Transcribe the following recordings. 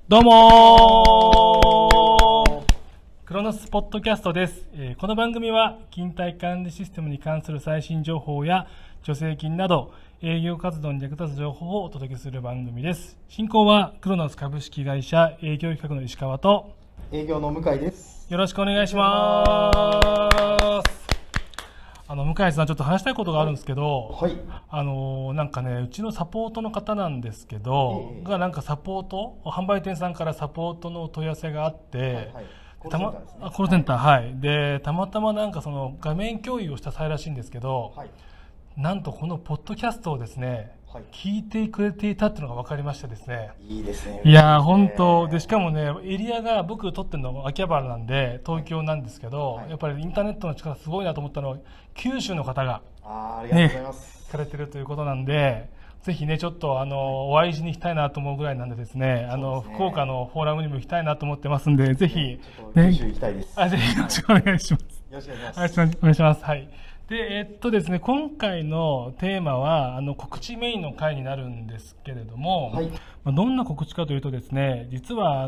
どうもー、クロノスポッドキャストです。この番組は勤怠管理システムに関する最新情報や助成金など営業活動に役立つ情報をお届けする番組です。進行はクロノス株式会社営業企画の石川と営業の向井です。 よろしくお願いします。向井さん、ちょっと話したいことがあるんですけど、 はい、 なんかね、うちのサポートの方なんですけど、がなんかサポート、販売店さんからサポートの問い合わせがあって、コールセンター、はい。で、たまたまなんかその画面共有をした際らしいんですけど、はい、なんとこのポッドキャストをですね、はい、聞いてくれていたっていうのが分かりましてですね。 いいですね。 いやー、本当で、しかもね、エリアが僕撮ってるの秋葉原なんで、東京なんですけど、はい、やっぱりインターネットの力すごいなと思ったのは、九州の方が、 ありがとうございます。 聞かれてるということなんで、ぜひね、ちょっとお会いしに行きたいなと思うぐらいなんでですね、福岡のフォーラムにも行きたいなと思ってますんで、ぜひ、 九州行きたいです。 ぜひよろしくお願いします。 よろしくお願いします。 お願いします。はい。で、ですね、今回のテーマは告知メインの回になるんですけれども、はい、どんな告知かというとですね、実は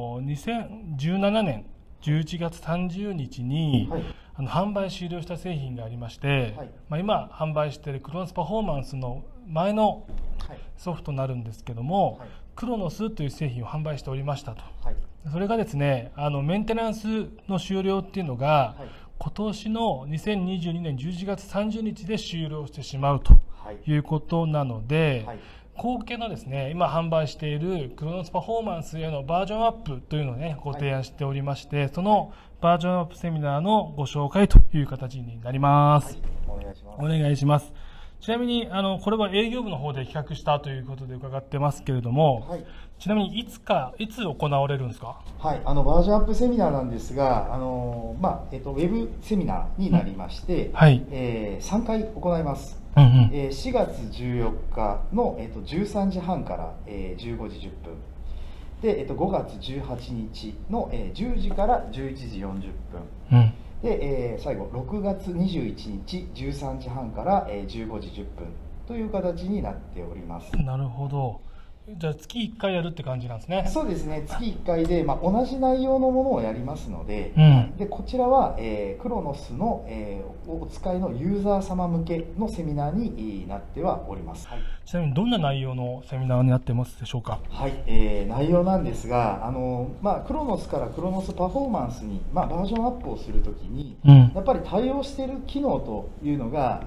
2017年11月30日に、はい、販売終了した製品がありまして、はい、今販売しているクロノスパフォーマンスの前のソフトになるんですけども、はい、クロノスという製品を販売しておりましたと、はい、それがですね、メンテナンスの終了っていうのが、はい、今年の2022年11月30日で終了してしまうということなので、はい、後継のですね、今販売しているクロノスパフォーマンスへのバージョンアップというのをね、ご提案しておりまして、はい、そのバージョンアップセミナーのご紹介という形になります。 はい、お願いします。 お願いします。ちなみにこれは営業部の方で企画したということで伺ってますけれども、はい、ちなみにいつ行われるんですか？ はい、バージョンアップセミナーなんですが、ウェブセミナーになりまして、はい、3回行います。4月14日の、13時半から、15時10分で、5月18日の、10時から11時40分、で、最後6月21日13時半から15時10分という形になっております。 なるほど。じゃあ月1回やるって感じなんですね。 そうですね、月1回で、同じ内容のものをやりますので、でこちらは、クロノスの、お使いのユーザー様向けのセミナーになってはおります。はい、 ちなみにどんな内容のセミナーになってますでしょうか？ はい、内容なんですが、クロノスからクロノスパフォーマンスに、バージョンアップをするときに、やっぱり対応している機能というのが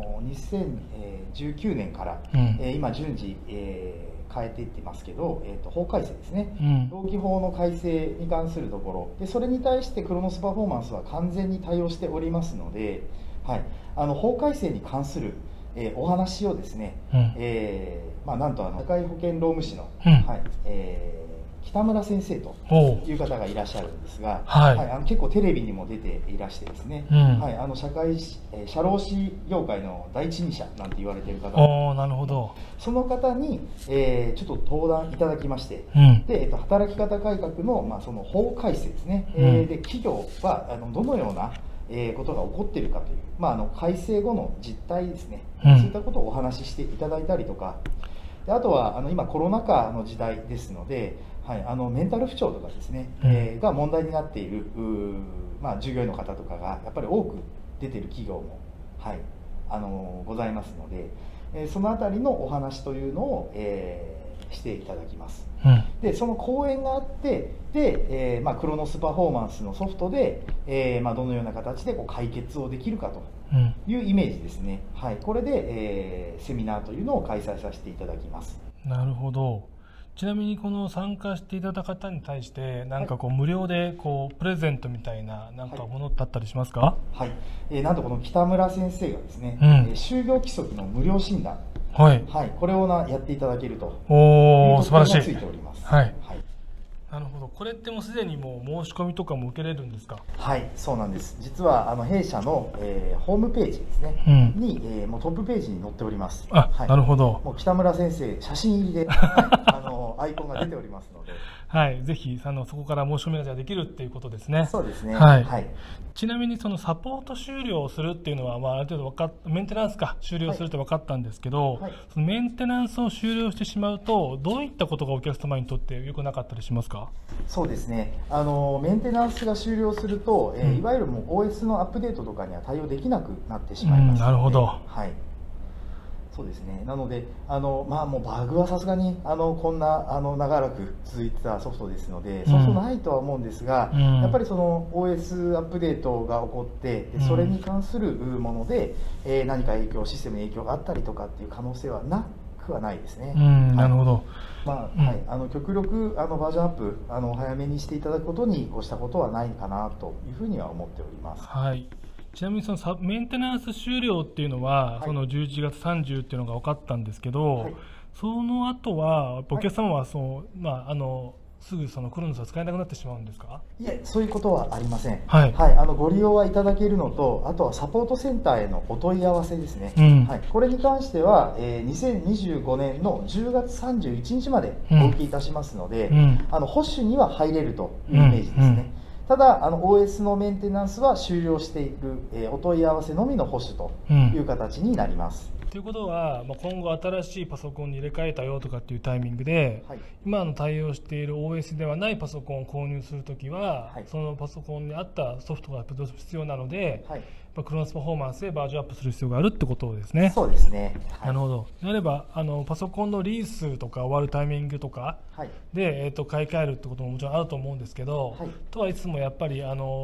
2019年から、今順次、変えていってますけど、法改正ですね、労基法の改正に関するところで、それに対してクロノスパフォーマンスは完全に対応しておりますので、はい、法改正に関する、お話をですね、なんと社会保険労務士の、はい北村先生という方がいらっしゃるんですが、結構テレビにも出ていらしてですね、社労士業界の第一人者なんて言われている方、 なるほど、 その方に、ちょっと登壇いただきまして、で働き方改革の、その法改正ですね、で企業はどのようなことが起こっているかという、改正後の実態ですね、そういったことをお話ししていただいたりとか、であとは今コロナ禍の時代ですので、はい、メンタル不調とかですね、が問題になっている従業員の方とかがやっぱり多く出ている企業も、はい、ございますので、そのあたりのお話というのを、していただきます。でその講演があって、で、クロノスパフォーマンスのソフトで、どのような形で解決をできるかというイメージですね。はい、これで、セミナーというのを開催させていただきます。 なるほど。ちなみにこの参加していただいた方に対してなんか無料でプレゼントみたいななんかものってあったりしますか？ はい、なんとこの北村先生がですね、就業規則の無料診断、これをやっていただけるという特典がついております。 なるほど。これってもうすでにもう申し込みとかも受けれるんですか？ はい、そうなんです。実は弊社の、ホームページですね、に、もうトップページに載っております。 なるほど。 もう北村先生写真入りで、 アイコンが出ておりますので、 はい、ぜひそこから申し込みができるっていうことですね。 そうですね。 はい。 はい、 ちなみにそのサポート終了をするっていうのは、ある程度メンテナンスか終了するって分かったんですけど、はい、そのメンテナンスを終了してしまうとどういったことがお客様にとって良くなかったりしますか？ そうですね。メンテナンスが終了すると、いわゆるもう OS のアップデートとかには対応できなくなってしまいますので、 なるほど。 はい。そうですね。なので、もうバグはさすがにこんな長らく続いてたソフトですので、そうそうないとは思うんですが、やっぱりその OS アップデートが起こって、それに関するもので、何かシステムに影響があったりとかっていう可能性はなくはないですね。 なるほど。 極力バージョンアップ早めにしていただくことに越したことはないかなというふうには思っております。 はい。ちなみにそのメンテナンス終了っていうのは、その11月30っていうのが分かったんですけど、その後はお客様はすぐそのクロノスは使えなくなってしまうんですか？ いえ、そういうことはありません。 はい、 ご利用はいただけるのと、あとはサポートセンターへのお問い合わせですね。これに関しては、2025年の10月31日までお受けいたしますので、保守には入れるというイメージですね。ただOS のメンテナンスは終了している、お問い合わせのみの保守という形になります。 ということは、今後新しいパソコンに入れ替えたよとかっていうタイミングで、今対応している OS ではないパソコンを購入するときは、そのパソコンに合ったソフトがどうしても必要なので、クロノスパフォーマンスでバージョンアップする必要があるってことですね。 そうですね。 なるほど。であればパソコンのリースとか終わるタイミングとかで、買い替えるってことももちろんあると思うんですけど、とはいつもやっぱり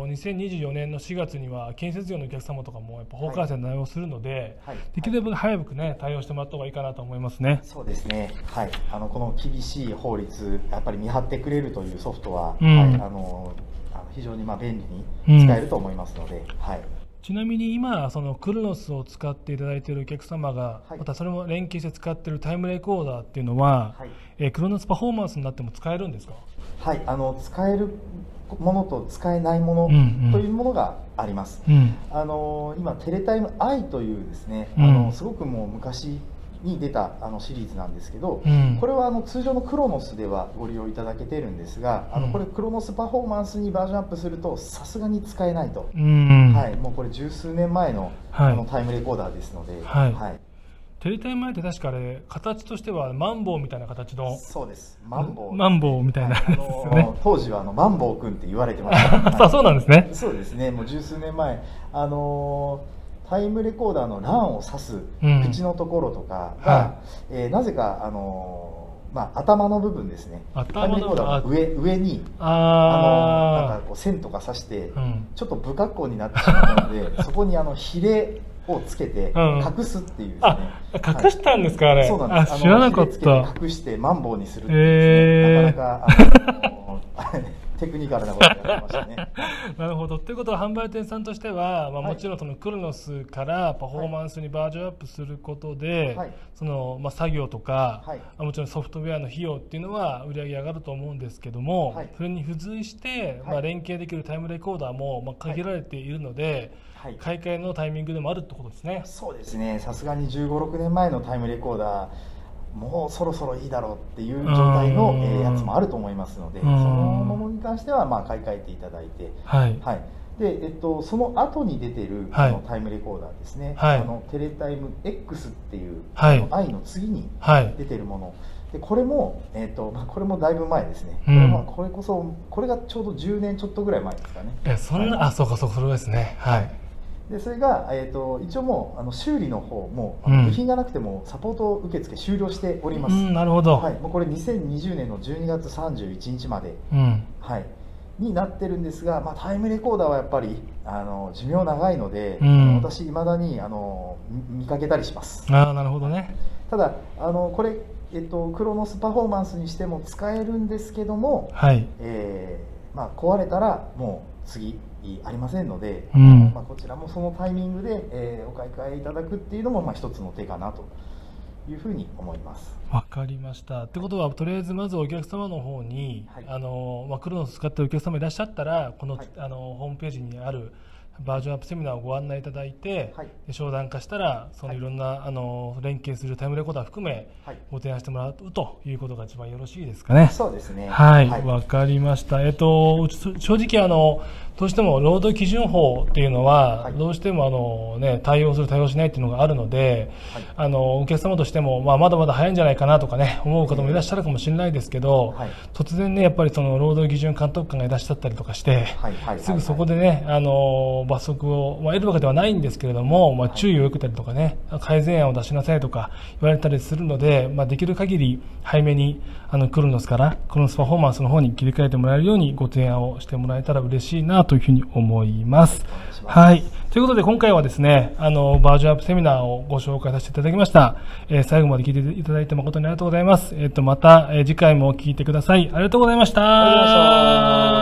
2024年の4月には建設業のお客様とかもやっぱ法改正の内容をするので、できれば早くね対応してもらった方がいいかなと思いますね。 そうですね。はい。この厳しい法律やっぱり見張ってくれるというソフトは、非常に便利に使えると思いますので、はい。 ちなみに今そのクロノスを使っていただいているお客様が、またそれも連携して使っているタイムレコーダーっていうのは、クロノスパフォーマンスになっても使えるんですか？ はい、使えるものと使えないものというものがあります。今テレタイム i というですね、すごくもう昔に出たシリーズなんですけど、これは通常のクロノスではご利用いただけているんですが、これクロノスパフォーマンスにバージョンアップするとさすがに使えないと、もうこれ十数年前のタイムレコーダーですので、 テレタイム前って確かあれ形としてはマンボウみたいな形の。 そうです、マンボウみたいな、 当時はマンボウ君って言われてました。 そうなんですね。 そうですね、もう十数年前タイムレコーダーの欄を指す口のところとかが、なぜか頭の部分ですね、タイムレコーダーの上になんかこう線とか刺して、ちょっと不格好になってしまったので、そこにヒレをつけて隠すっていうですね。 隠したんですかあれ？ そうなんです。 知らなかった。 隠してマンボウにするっていうですね、なかなかテクニカルなことをやってましたね。 なるほど。ということは販売店さんとしては、もちろんそのクロノスからパフォーマンスにバージョンアップすることで、その作業とか、もちろんソフトウェアの費用っていうのは売り上げ上がると思うんですけども、それに付随して連携できるタイムレコーダーも限られているので、買い替えのタイミングでもあるってことですね。 そうですね。さすがに15、16年前のタイムレコーダーもうそろそろいいだろうっていう状態のやつもあると思いますので、そのものに関しては買い替えていただいて、でその後に出てるタイムレコーダーですね、テレタイム X っていうi の次に出てるもので、これもこれもだいぶ前ですね。これがちょうど10年ちょっとぐらい前ですかね。 そんな、そうかそうか、それですね。 でそれが、一応もう修理の方も部品がなくてもサポート受付終了しております。 なるほど。 もうこれ2020年の12月31日まで、になってるんですが、タイムレコーダーはやっぱり寿命長いので、私いまだに見かけたりします。 なるほどね。 ただこれ、クロノスパフォーマンスにしても使えるんですけども、壊れたらもう次ありませんので、こちらもそのタイミングで、お買い替えいただくっていうのも一つの手かなというふうに思います。 わかりました。ってことはとりあえずまずお客様の方に、クロノス使っているお客様いらっしゃったらこの、ホームページにあるバージョンアップセミナーをご案内いただいて、はい、商談化したらそのいろんな、はい、連携するタイムレコーダー含め、はい、ご提案してもらうということが一番よろしいですかね。 そうですね。 はい、わかりました。正直どうしても労働基準法っていうのは、はい、どうしても対応する対応しないっていうのがあるので、はい、お客様としても、まだまだ早いんじゃないかなとかね思う方もいらっしゃるかもしれないですけど、はい、突然ねやっぱりその労働基準監督官がいらっしゃったりとかして、すぐそこでね罰則を、得るわけではないんですけれども、注意を受けたりとかね改善案を出しなさいとか言われたりするので、できる限り早めにクロノスからクロノスパフォーマンスの方に切り替えてもらえるようにご提案をしてもらえたら嬉しいなというふうに思います。はい。ということで今回はですね、バージョンアップセミナーをご紹介させていただきました。最後まで聞いていただいて誠にありがとうございます。また、次回も聞いてください。ありがとうございました。